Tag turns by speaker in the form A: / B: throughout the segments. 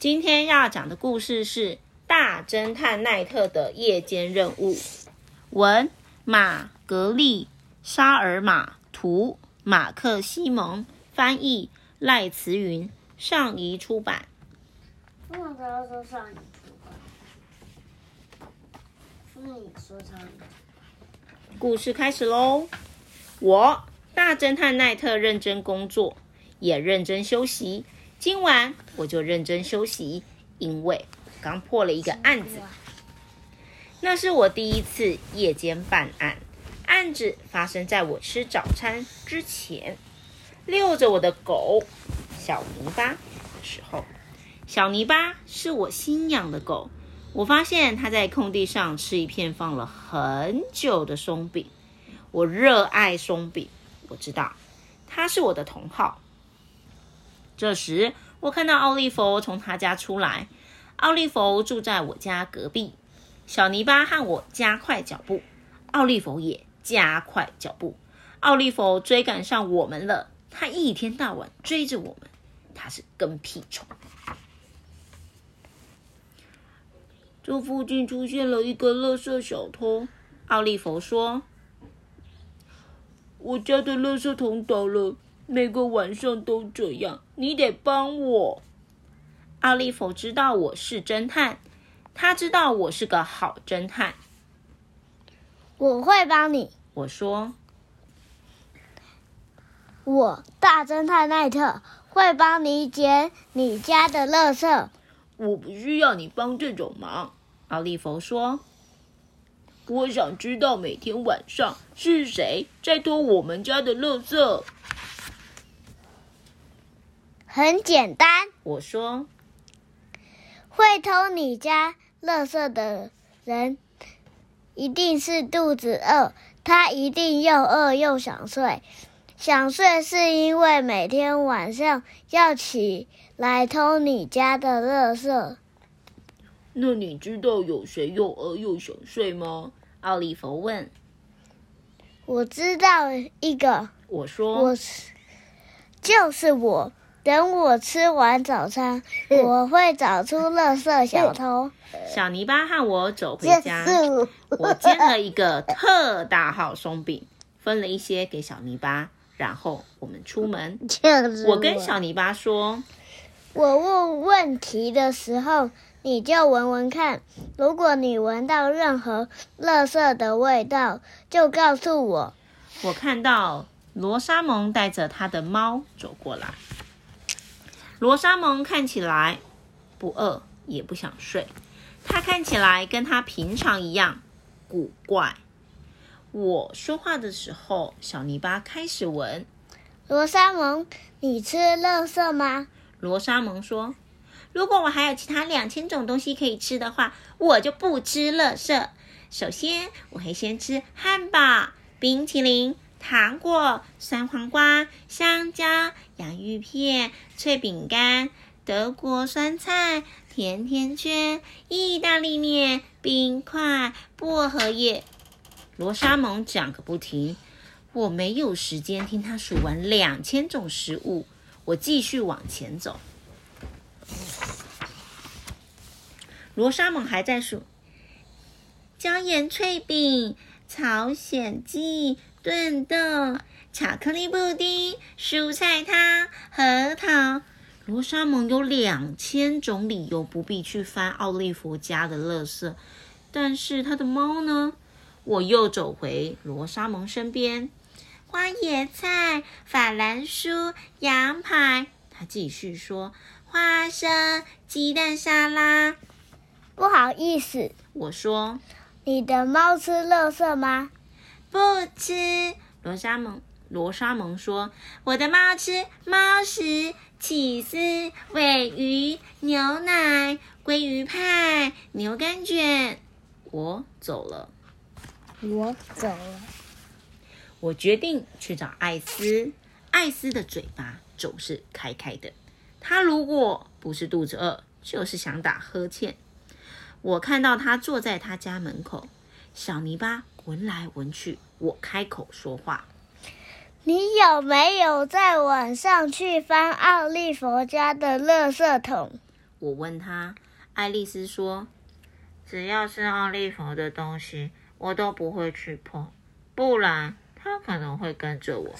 A: 今天要讲的故事是大侦探奈特的夜间任务。文马格丽沙尔玛，图马克西蒙，翻译赖慈云，上译出版。
B: 为什么他要说上译出版？是你说上译。
A: 故事开始咯。我大侦探奈特认真工作，也认真休息。今晚我就认真休息，因为刚破了一个案子。那是我第一次夜间办案，案子发生在我吃早餐之前。遛着我的狗小泥巴的时候，小泥巴是我新养的狗。我发现它在空地上吃一片放了很久的松饼。我热爱松饼，我知道它是我的同好。这时我看到奥利弗从他家出来。奥利弗住在我家隔壁。小泥巴和我加快脚步，奥利弗也加快脚步。奥利弗追赶上我们了，他一天到晚追着我们，他是跟屁虫。这附近出现了一个垃圾小偷，奥利弗说，我家的垃圾桶倒了，每个晚上都这样，你得帮我。奥利弗知道我是侦探，他知道我是个好侦探。
B: 我会帮你，
A: 我说，
B: 我大侦探奈特会帮你捡你家的垃圾。
A: 我不需要你帮这种忙，奥利弗说。我想知道每天晚上是谁在偷我们家的垃圾。
B: 很简单，
A: 我说，
B: 会偷你家垃圾的人一定是肚子饿，他一定又饿又想睡。想睡是因为每天晚上要起来偷你家的垃圾。
A: 那你知道有谁又饿又想睡吗？奥利弗问。
B: 我知道一个，
A: 我说，
B: 就是我。等我吃完早餐，我会找出垃圾小偷。
A: 小泥巴和我走回家，我煎了一个特大号松饼，分了一些给小泥巴，然后我们出门。我跟小泥巴说，
B: 我问问题的时候，你就闻闻看，如果你闻到任何垃圾的味道，就告诉我。
A: 我看到罗莎蒙带着他的猫走过来。罗莎蒙看起来不饿也不想睡，他看起来跟他平常一样古怪。我说话的时候，小泥巴开始闻。
B: 罗莎蒙，你吃垃圾吗？
A: 罗莎蒙说，如果我还有其他2000种东西可以吃的话，我就不吃垃圾。首先我会先吃汉堡、冰淇淋、糖果、酸黄瓜、香蕉、洋芋片、脆饼干、德国酸菜、甜甜圈、意大利面、冰块、薄荷叶。罗莎蒙讲个不停，我没有时间听他数完2000种食物。我继续往前走。罗莎蒙还在数椒盐脆饼、朝鲜鸡、炖豆、巧克力布丁、蔬菜汤、核桃。罗莎蒙有2000种理由不必去翻奥利弗家的垃圾，但是他的猫呢？我又走回罗莎蒙身边。花椰菜、法兰酥、羊排。他继续说，花生、鸡蛋沙拉。
B: 不好意思，
A: 我说，
B: 你的猫吃垃圾吗？
A: 不吃。罗莎蒙说，我的猫吃猫食、起司、鲔鱼、牛奶、鲑鱼派、牛肝卷。我走了。我决定去找艾斯。艾斯的嘴巴总是开开的，他如果不是肚子饿，就是想打呵欠。我看到他坐在他家门口，小泥巴闻来闻去。我开口说话，
B: 你有没有在晚上去翻奥利弗家的垃圾桶？
A: 我问他，爱丽丝说，只要是奥利弗的东西，我都不会去碰，不然他可能会跟着我。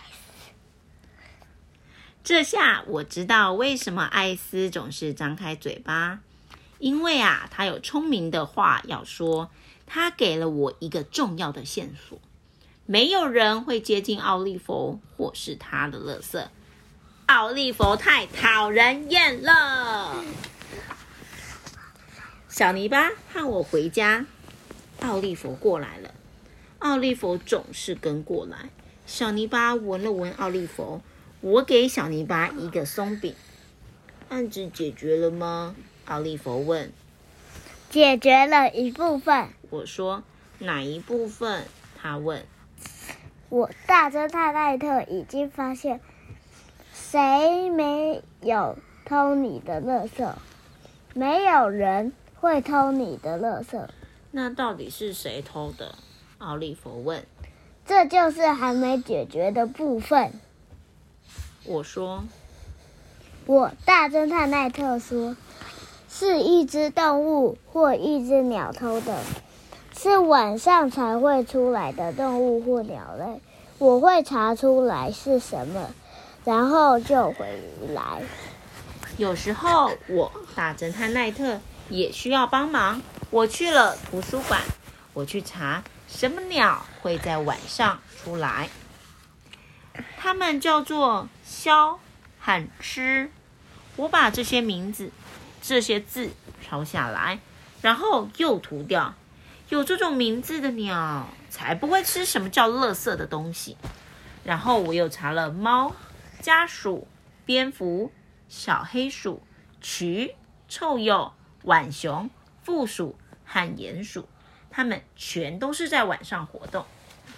A: 这下我知道为什么艾斯总是张开嘴巴，因为他有聪明的话要说，他给了我一个重要的线索，没有人会接近奥利弗或是他的垃圾。奥利弗太讨人厌了。小泥巴和我回家，奥利弗过来了。奥利弗总是跟过来。小泥巴闻了闻奥利弗，我给小泥巴一个松饼。案子解决了吗？奥利弗问。
B: 解决了一部分。
A: 我说，哪一部分？他问。
B: 我大侦探奈特已经发现谁没有偷你的垃圾，没有人会偷你的垃圾。
A: 那到底是谁偷的？奥利弗问。
B: 这就是还没解决的部分。
A: 我说。
B: 我大侦探奈特说，是一只动物或一只鸟偷的，是晚上才会出来的动物或鸟类。我会查出来是什么，然后就回来。
A: 有时候我大侦探奈特也需要帮忙。我去了图书馆，我去查什么鸟会在晚上出来。它们叫做枭和吃。我把这些名字、这些字抄下来，然后又涂掉。有这种名字的鸟才不会吃什么叫垃圾的东西。然后我又查了猫、家鼠、蝙蝠、小黑鼠、蛆、臭鼬、浣熊、负鼠和鼹鼠，它们全都是在晚上活动。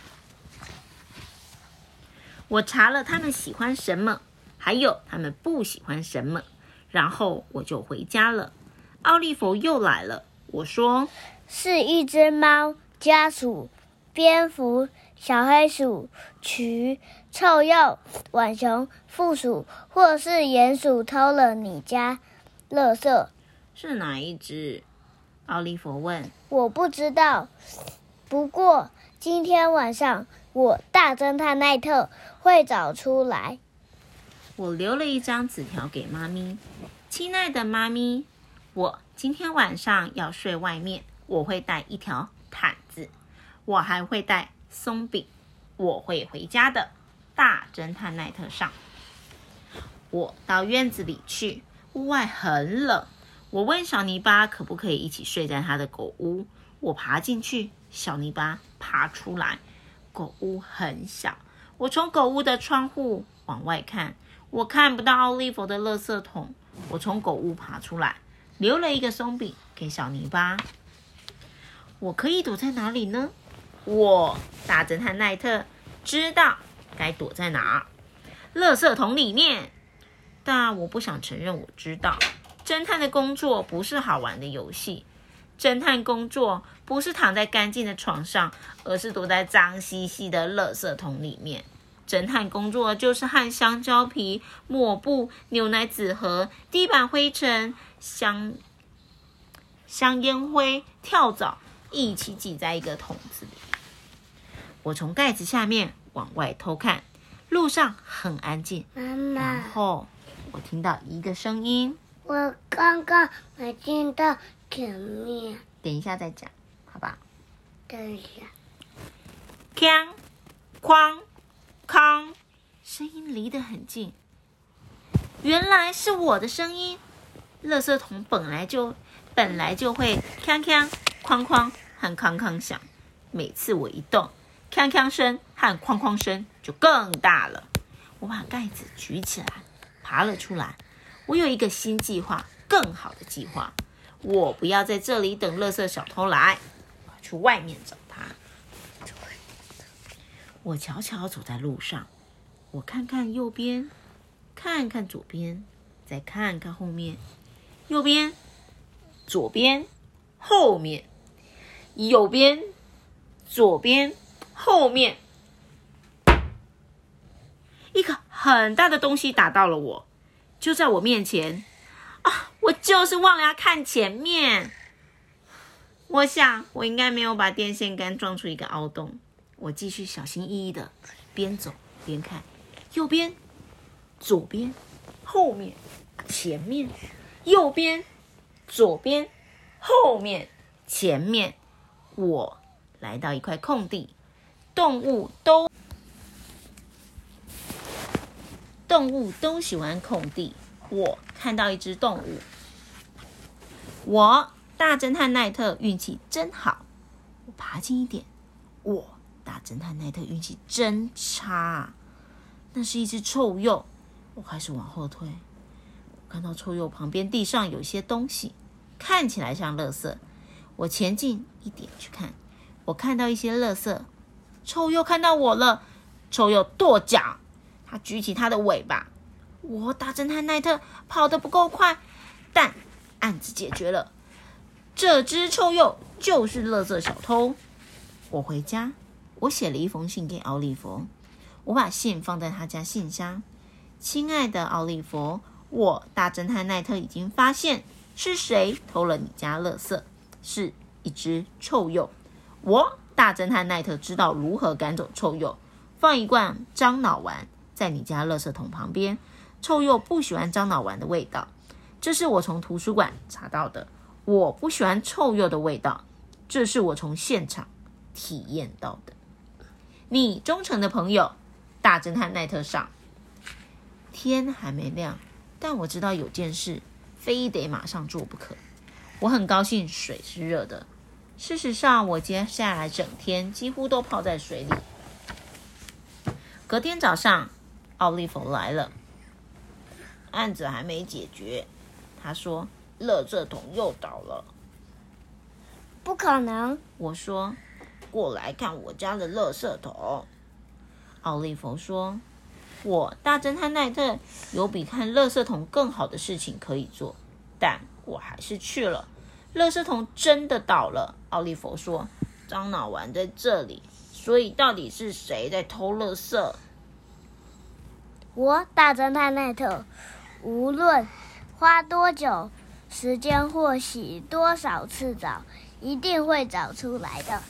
A: 我查了他们喜欢什么，还有他们不喜欢什么，然后我就回家了。奥利弗又来了。我说，
B: 是一只猫、家鼠、蝙蝠、小黑鼠、蛆、臭鼬、浣熊、负鼠或是鼹鼠偷了你家垃圾。
A: 是哪一只？奥利弗问。
B: 我不知道，不过今天晚上我大侦探奈特会找出来。
A: 我留了一张纸条给妈咪。亲爱的妈咪，我今天晚上要睡外面，我会带一条毯子，我还会带松饼，我会回家的。大侦探奈特上。我到院子里去，屋外很冷。我问小泥巴可不可以一起睡在他的狗屋。我爬进去，小泥巴爬出来。狗屋很小，我从狗屋的窗户往外看，我看不到奥利弗的垃圾桶。我从狗屋爬出来，留了一个松饼给小泥巴。我可以躲在哪里呢？我大侦探奈特知道该躲在哪，垃圾桶里面。但我不想承认我知道。侦探的工作不是好玩的游戏，侦探工作不是躺在干净的床上，而是躲在脏兮兮的垃圾桶里面。侦探工作就是和香蕉皮、抹布、牛奶纸盒、地板灰尘、香烟灰、跳蚤一起挤在一个桶子里。我从盖子下面往外偷看，路上很安静。
B: 妈妈，
A: 然后我听到一个声音。
B: 我刚刚没听到前面。
A: 等一下再讲，好吧？
B: 等一下。
A: 锵，哐，康，声音离得很近。原来是我的声音。垃圾桶本来就会锵锵、哐哐和康康响。每次我一动，锵锵声和哐哐声就更大了。我把盖子举起来，爬了出来。我有一个新计划，更好的计划。我不要在这里等垃圾小偷来，我要去外面找他。我悄悄走在路上，我看看右边，看看左边，再看看后面。右边，左边，后面。右边，左边，后面。一个很大的东西打到了我，就在我面前。 我就是忘了要看前面。我想我应该没有把电线杆撞出一个凹洞。我继续小心翼翼的边走边看，右边、左边、后面、前面、右边、左边、后面、前面。我来到一块空地，动物都喜欢空地。我看到一只动物。我大侦探奈特运气真好。我爬近一点。我大侦探奈特运气真差。那是一只臭鼬。我开始往后退。我看到臭鼬旁边地上有些东西，看起来像垃圾。我前进一点去看。我看到一些垃圾。臭鼬看到我了。臭鼬跺脚。他举起他的尾巴。我大侦探奈特跑得不够快，但案子解决了。这只臭鼬就是垃圾小偷。我回家，我写了一封信给奥利弗。我把信放在他家信箱。亲爱的奥利弗，我大侦探奈特已经发现是谁偷了你家垃圾，是一只臭鼬。我大侦探奈特知道如何赶走臭鼬。放一罐樟脑丸在你家垃圾桶旁边。臭鼬不喜欢樟脑丸的味道，这是我从图书馆查到的。我不喜欢臭鼬的味道，这是我从现场体验到的。你忠诚的朋友，大侦探奈特上。天还没亮，但我知道有件事非得马上做不可。我很高兴水是热的。事实上，我接下来整天几乎都泡在水里。隔天早上，奥利弗来了。案子还没解决，他说垃圾桶又倒了。
B: 不可能，
A: 我说过来看我家的垃圾桶。奥利弗说，我大侦探奈特有比看垃圾桶更好的事情可以做，但我还是去了。垃圾桶真的倒了。奥利弗说，樟脑丸在这里，所以到底是谁在偷垃圾？
B: 我大侦探奈特无论花多久时间或洗多少次澡，一定会找出来的。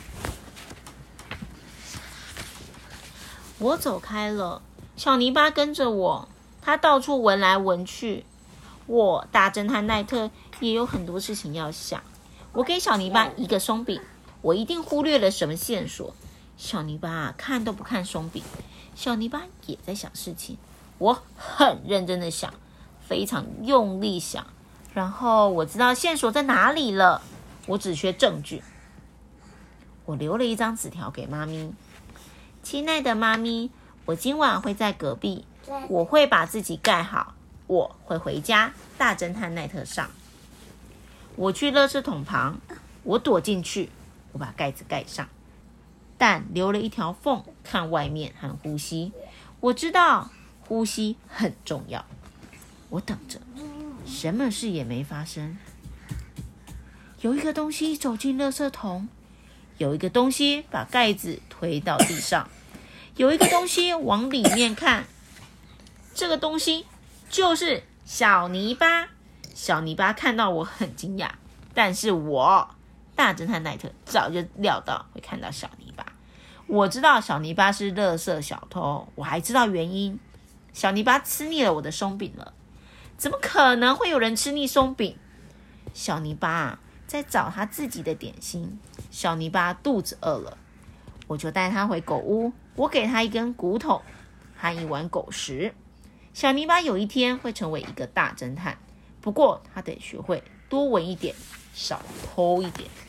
A: 我走开了，小泥巴跟着我，他到处闻来闻去。我大侦探奈特也有很多事情要想。我给小泥巴一个松饼，我一定忽略了什么线索。小泥巴看都不看松饼，小泥巴也在想事情。我很认真的想，非常用力想，然后我知道线索在哪里了。我只缺证据。我留了一张纸条给妈咪。亲爱的妈咪，我今晚会在隔壁，我会把自己盖好，我会回家。大侦探奈特上。我去垃圾桶旁，我躲进去，我把盖子盖上，但留了一条缝看外面和呼吸。我知道呼吸很重要。我等着，什么事也没发生。有一个东西走进垃圾桶，有一个东西把盖子推到地上，有一个东西往里面看。这个东西就是小泥巴。小泥巴看到我很惊讶，但是我大侦探奈特早就料到会看到小泥巴。我知道小泥巴是垃圾小偷，我还知道原因。小泥巴吃腻了我的松饼了。怎么可能会有人吃腻松饼？小泥巴在找他自己的点心。小泥巴肚子饿了，我就带他回狗屋。我给他一根骨头和一碗狗食。小泥巴有一天会成为一个大侦探，不过他得学会多闻一点，少偷一点。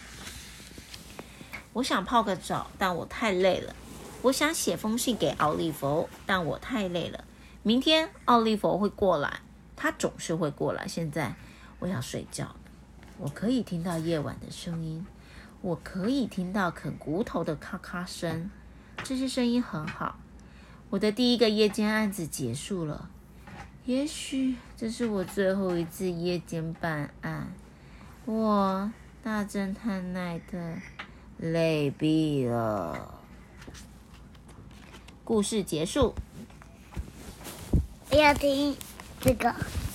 A: 我想泡个澡，但我太累了。我想写封信给奥利弗，但我太累了。明天奥利弗会过来，他总是会过来。现在我要睡觉了。我可以听到夜晚的声音，我可以听到啃骨头的咔咔声，这些声音很好。我的第一个夜间案子结束了，也许这是我最后一次夜间办案。我大侦探奈特累毙了。故事结束。
B: 要听这个。